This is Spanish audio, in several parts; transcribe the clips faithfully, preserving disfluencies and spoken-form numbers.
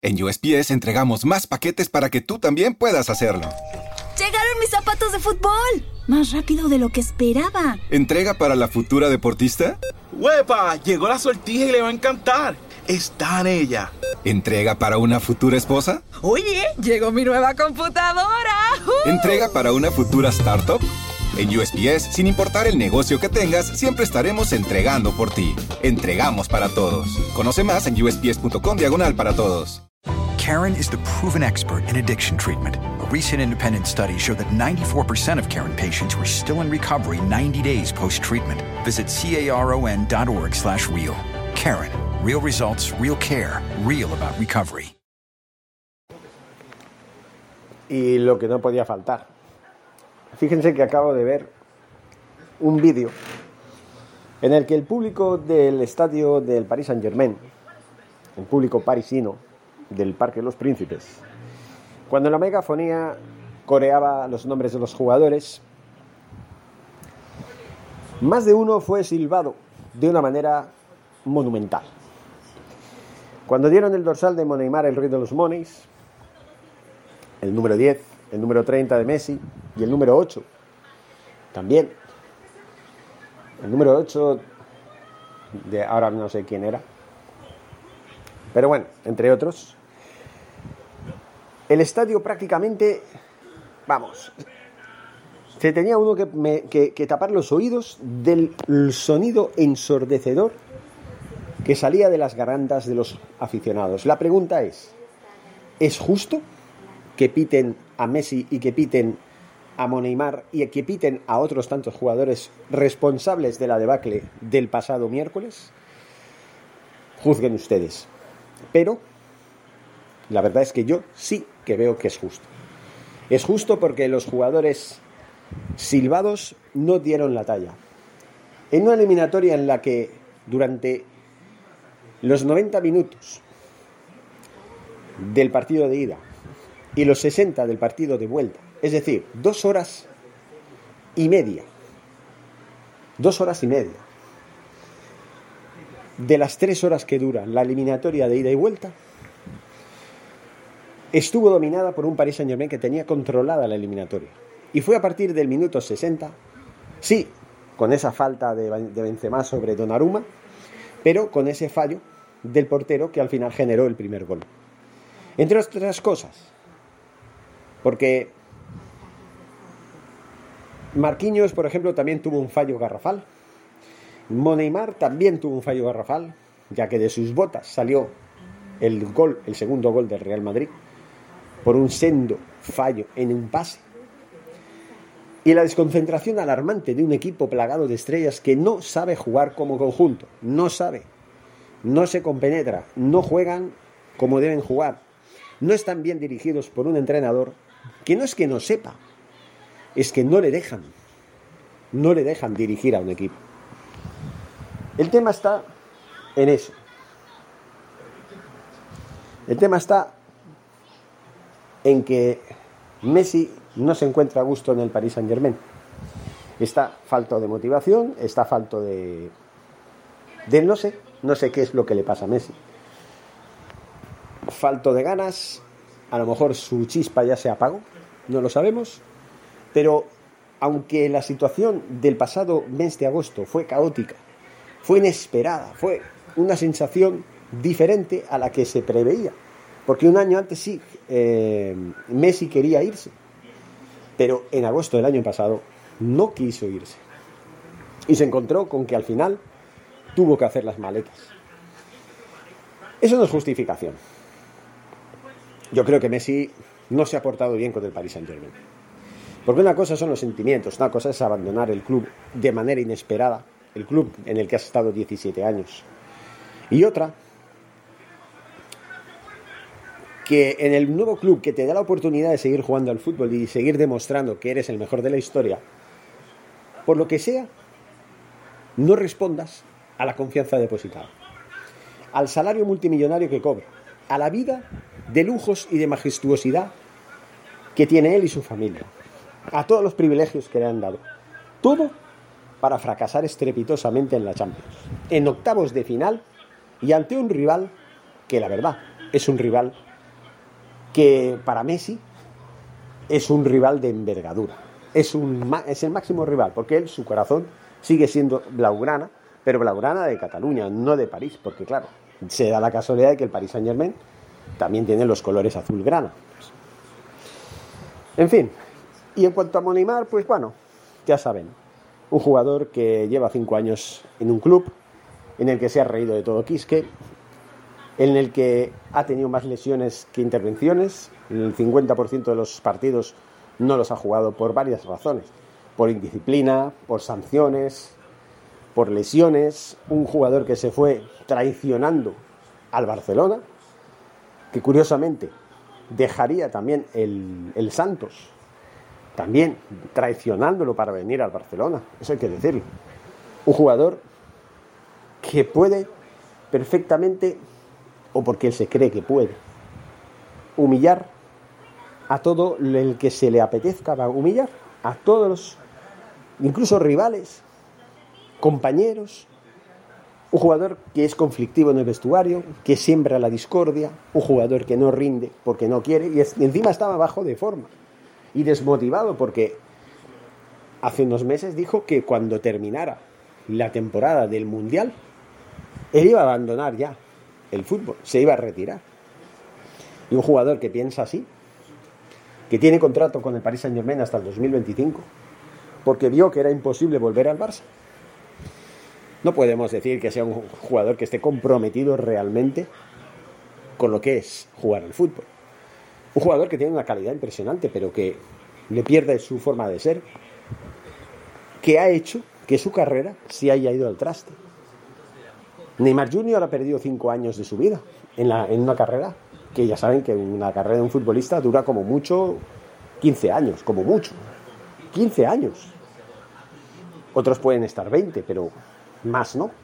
En U S P S entregamos más paquetes para que tú también puedas hacerlo. ¡Llegaron mis zapatos de fútbol! Más rápido de lo que esperaba. ¿Entrega para la futura deportista? ¡Huepa! Llegó la sortija y le va a encantar. Está en ella. ¿Entrega para una futura esposa? Oye, llegó mi nueva computadora. ¡Uh! ¿Entrega para una futura startup? En U S P S, sin importar el negocio que tengas, siempre estaremos entregando por ti. Entregamos para todos. Conoce más en usps.com diagonal para todos. Karen is the proven expert in addiction treatment. A recent independent study showed that ninety-four percent of Karen patients were still in recovery ninety days post-treatment. Visit caron.org slash real. Karen. Real results, real care, real about recovery. Y lo que no podía faltar. Fíjense que acabo de ver un vídeo en el que el público del estadio del Paris Saint-Germain, el público parisino del Parque de los Príncipes, cuando la megafonía coreaba los nombres de los jugadores, más de uno fue silbado de una manera monumental. Cuando dieron el dorsal de Neymar, el rey de los moneys, el número diez, el número treinta de Messi y el número ocho también. El número ocho de ahora no sé quién era, pero bueno, entre otros. El estadio prácticamente, vamos, se tenía uno que, me, que, que tapar los oídos del sonido ensordecedor que salía de las gargantas de los aficionados. La pregunta es, ¿es justo que piten a Messi y que piten a Neymar y que piten a otros tantos jugadores responsables de la debacle del pasado miércoles? Juzguen ustedes. Pero la verdad es que yo sí que veo que es justo. Es justo porque los jugadores silbados no dieron la talla. En una eliminatoria en la que durante los noventa minutos del partido de ida y los sesenta del partido de vuelta, es decir, dos horas y media, dos horas y media, de las tres horas que dura la eliminatoria de ida y vuelta, estuvo dominada por un Paris Saint-Germain que tenía controlada la eliminatoria. Y fue a partir del minuto sesenta, sí, con esa falta de, de Benzema sobre Donnarumma, pero con ese fallo del portero que al final generó el primer gol. Entre otras cosas, porque Marquinhos, por ejemplo, también tuvo un fallo garrafal. Neymar también tuvo un fallo garrafal, ya que de sus botas salió el gol, el segundo gol del Real Madrid, por un sendo fallo en un pase. Y la desconcentración alarmante de un equipo plagado de estrellas que no sabe jugar como conjunto, no sabe, no se compenetra, no juegan como deben jugar, no están bien dirigidos por un entrenador que no es que no sepa, es que no le dejan, no le dejan dirigir a un equipo. El tema está en eso. El tema está en que Messi no se encuentra a gusto en el Paris Saint-Germain. Está falto de motivación, está falto de... de no sé, no sé qué es lo que le pasa a Messi. Falto de ganas, a lo mejor su chispa ya se apagó, no lo sabemos, pero aunque la situación del pasado mes de agosto fue caótica, fue inesperada, fue una sensación diferente a la que se preveía, porque un año antes sí, eh, Messi quería irse, pero en agosto del año pasado no quiso irse y se encontró con que al final tuvo que hacer las maletas. Eso no es justificación. Yo creo que Messi no se ha portado bien con el Paris Saint-Germain, porque una cosa son los sentimientos, una cosa es abandonar el club de manera inesperada, el club en el que has estado diecisiete años, y otra, que en el nuevo club que te da la oportunidad de seguir jugando al fútbol y seguir demostrando que eres el mejor de la historia, por lo que sea, no respondas a la confianza depositada, al salario multimillonario que cobra, a la vida de lujos y de majestuosidad que tiene él y su familia, a todos los privilegios que le han dado, todo para fracasar estrepitosamente en la Champions, en octavos de final y ante un rival que la verdad es un rival que para Messi es un rival de envergadura, es, un, es el máximo rival, porque él, su corazón sigue siendo blaugrana, pero blaugrana de Cataluña, no de París, porque claro, se da la casualidad de que el Paris Saint-Germain también tiene los colores azulgrana. En fin, y en cuanto a Neymar, pues bueno, ya saben, un jugador que lleva cinco años en un club en el que se ha reído de todo Quisque, en el que ha tenido más lesiones que intervenciones. El cincuenta por ciento de los partidos no los ha jugado por varias razones, por indisciplina, por sanciones, por lesiones. Un jugador que se fue traicionando al Barcelona, que curiosamente dejaría también el, el Santos, también traicionándolo para venir al Barcelona, eso hay que decirlo. Un jugador que puede perfectamente, o porque él se cree que puede, humillar a todo el que se le apetezca, va a humillar a todos los, incluso rivales, compañeros. Un jugador que es conflictivo en el vestuario, que siembra la discordia, un jugador que no rinde porque no quiere, y, es, y encima estaba bajo de forma y desmotivado, porque hace unos meses dijo que cuando terminara la temporada del Mundial él iba a abandonar ya el fútbol, se iba a retirar. Y un jugador que piensa así, que tiene contrato con el Paris Saint-Germain hasta el dos mil veinticinco, porque vio que era imposible volver al Barça. No podemos decir que sea un jugador que esté comprometido realmente con lo que es jugar al fútbol. Un jugador que tiene una calidad impresionante, pero que le pierde su forma de ser, que ha hecho que su carrera se haya ido al traste. Neymar junior ha perdido cinco años de su vida en, la, en una carrera que ya saben que una carrera de un futbolista dura como mucho quince años, como mucho. quince años. Otros pueden estar veinte, pero más no.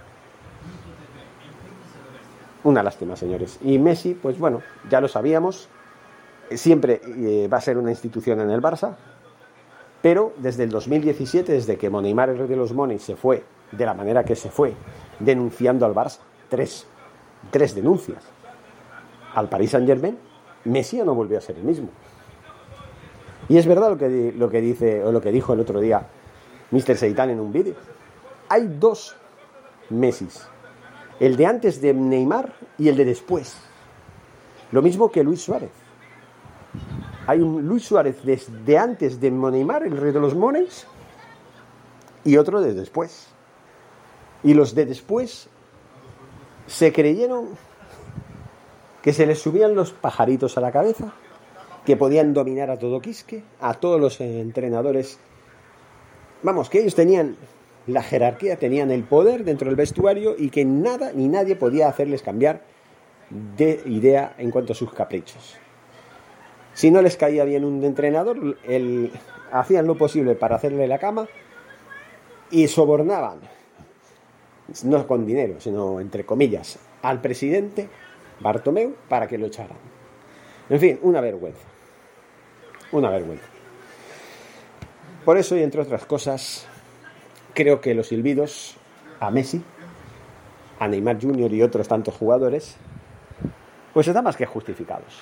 Una lástima, señores. Y Messi, pues bueno, ya lo sabíamos, siempre eh, va a ser una institución en el Barça, pero desde el dos mil diecisiete, desde que Neymar, el rey de los moneys, se fue de la manera que se fue, denunciando al Barça, tres, tres denuncias al Paris Saint-Germain, Messi ya no volvió a ser el mismo. Y es verdad lo que, lo que dice, o lo que dijo el otro día míster Seitan en un vídeo. Hay dos Messis, el de antes de Neymar y el de después. Lo mismo que Luis Suárez. Hay un Luis Suárez desde antes de Neymar, el rey de los moneys, y otro de después. Y los de después se creyeron que se les subían los pajaritos a la cabeza, que podían dominar a todo Quisque, a todos los entrenadores. Vamos, que ellos tenían la jerarquía, tenían el poder dentro del vestuario y que nada ni nadie podía hacerles cambiar de idea en cuanto a sus caprichos. Si no les caía bien un entrenador, el, hacían lo posible para hacerle la cama y sobornaban, no con dinero, sino entre comillas, al presidente Bartomeu para que lo echaran. En fin, una vergüenza. Una vergüenza. Por eso, y entre otras cosas, creo que los silbidos a Messi, a Neymar junior y otros tantos jugadores, pues están más que justificados.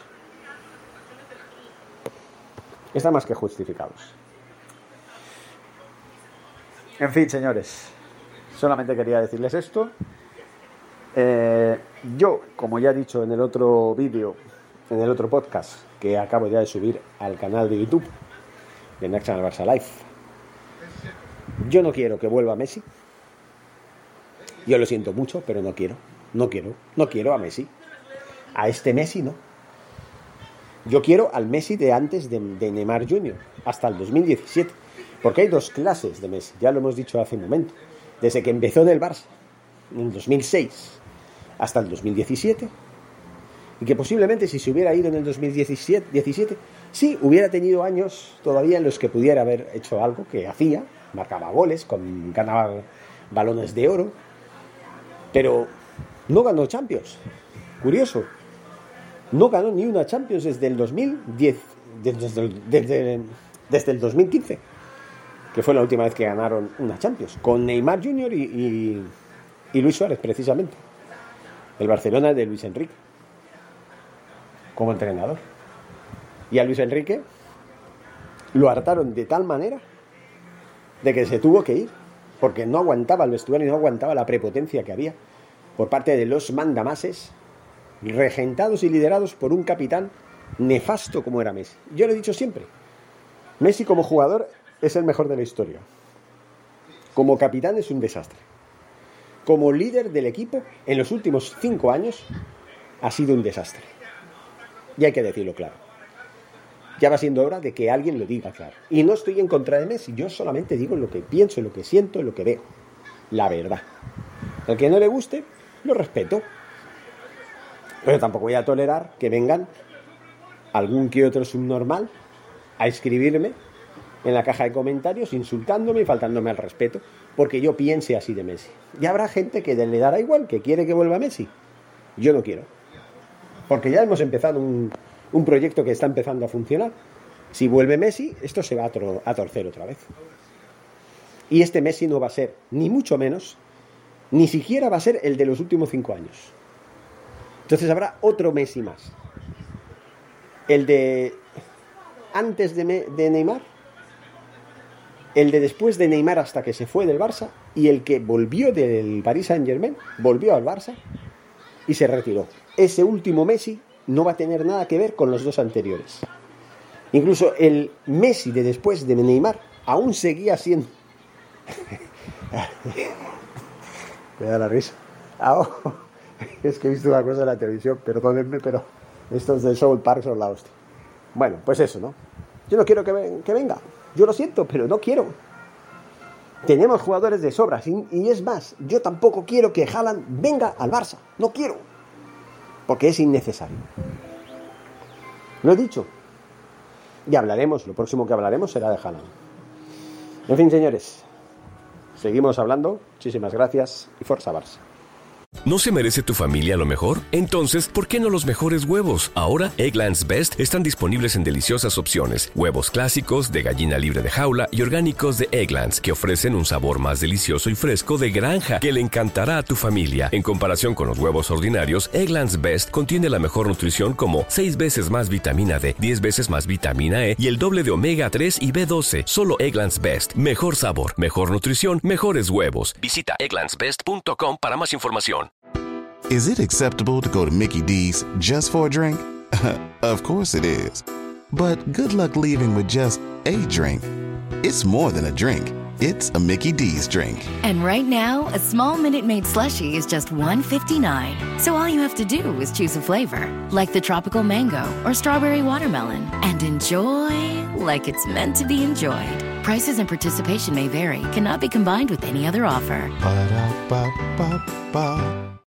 Están más que justificados. En fin, señores, solamente quería decirles esto. Eh, yo, como ya he dicho en el otro vídeo, en el otro podcast que acabo ya de subir al canal de YouTube de Next Channel Barça Live, yo no quiero que vuelva Messi. Yo lo siento mucho, pero no quiero, no quiero, no quiero a Messi. A este Messi no. Yo quiero al Messi de antes de, de Neymar junior, hasta el dos mil diecisiete. Porque hay dos clases de Messi, ya lo hemos dicho hace un momento. Desde que empezó en el Barça, en el dos mil seis, hasta el dos mil diecisiete. Y que posiblemente si se hubiera ido en el dos mil diecisiete, sí, hubiera tenido años todavía en los que pudiera haber hecho algo que hacía. Marcaba goles, con, ganaba balones de oro. Pero no ganó Champions. Curioso. No ganó ni una Champions desde el dos mil diez, desde el, desde, desde el dos mil quince, que fue la última vez que ganaron una Champions, con Neymar junior y, y, y Luis Suárez, precisamente. El Barcelona de Luis Enrique, como entrenador. Y a Luis Enrique lo hartaron de tal manera de que se tuvo que ir, porque no aguantaba el vestuario y no aguantaba la prepotencia que había por parte de los mandamases, regentados y liderados por un capitán nefasto como era Messi. Yo lo he dicho siempre, Messi como jugador es el mejor de la historia. Como capitán es un desastre. Como líder del equipo, en los últimos cinco años, ha sido un desastre. Y hay que decirlo claro. Ya va siendo hora de que alguien lo diga claro. Y no estoy en contra de Messi, yo solamente digo lo que pienso, lo que siento, lo que veo. La verdad. Al que no le guste, lo respeto. Pero tampoco voy a tolerar que vengan algún que otro subnormal a escribirme en la caja de comentarios insultándome y faltándome al respeto porque yo piense así de Messi. Y habrá gente que le dará igual, que quiere que vuelva Messi. Yo no quiero. Porque ya hemos empezado un, un proyecto que está empezando a funcionar. Si vuelve Messi, esto se va a, tro- a torcer otra vez. Y este Messi no va a ser, ni mucho menos, ni siquiera va a ser el de los últimos cinco años. Entonces habrá otro Messi más. El de antes de, Me- de Neymar, el de después de Neymar hasta que se fue del Barça, y el que volvió del Paris Saint-Germain, volvió al Barça y se retiró. Ese último Messi no va a tener nada que ver con los dos anteriores. Incluso el Messi de después de Neymar aún seguía siendo... Me da la risa. Ah, oh, es que he visto una cosa en la televisión, perdónenme, pero estos de South Park son la hostia. Bueno, pues eso, ¿no? Yo no quiero que, ven, que venga. Yo lo siento, pero no quiero. Tenemos jugadores de sobra. Y es más, yo tampoco quiero que Haaland venga al Barça. No quiero. Porque es innecesario. Lo he dicho. Y hablaremos, lo próximo que hablaremos será de Haaland. En fin, señores. Seguimos hablando. Muchísimas gracias y Forza Barça. ¿No se merece tu familia lo mejor? Entonces, ¿por qué no los mejores huevos? Ahora, Eggland's Best están disponibles en deliciosas opciones. Huevos clásicos, de gallina libre de jaula y orgánicos de Eggland's, que ofrecen un sabor más delicioso y fresco de granja, que le encantará a tu familia. En comparación con los huevos ordinarios, Eggland's Best contiene la mejor nutrición como seis veces más vitamina D, diez veces más vitamina E y el doble de omega tres y B doce. Solo Eggland's Best. Mejor sabor, mejor nutrición, mejores huevos. Visita egglands best punto com para más información. Is it acceptable to go to Mickey D's just for a drink? Of course it is. But good luck leaving with just a drink. It's more than a drink. It's a Mickey D's drink. And right now, a small Minute Maid slushie is just one dollar and fifty-nine cents. So all you have to do is choose a flavor, like the tropical mango or strawberry watermelon, and enjoy like it's meant to be enjoyed. Prices and participation may vary. Cannot be combined with any other offer. Ba-da-ba-ba-ba.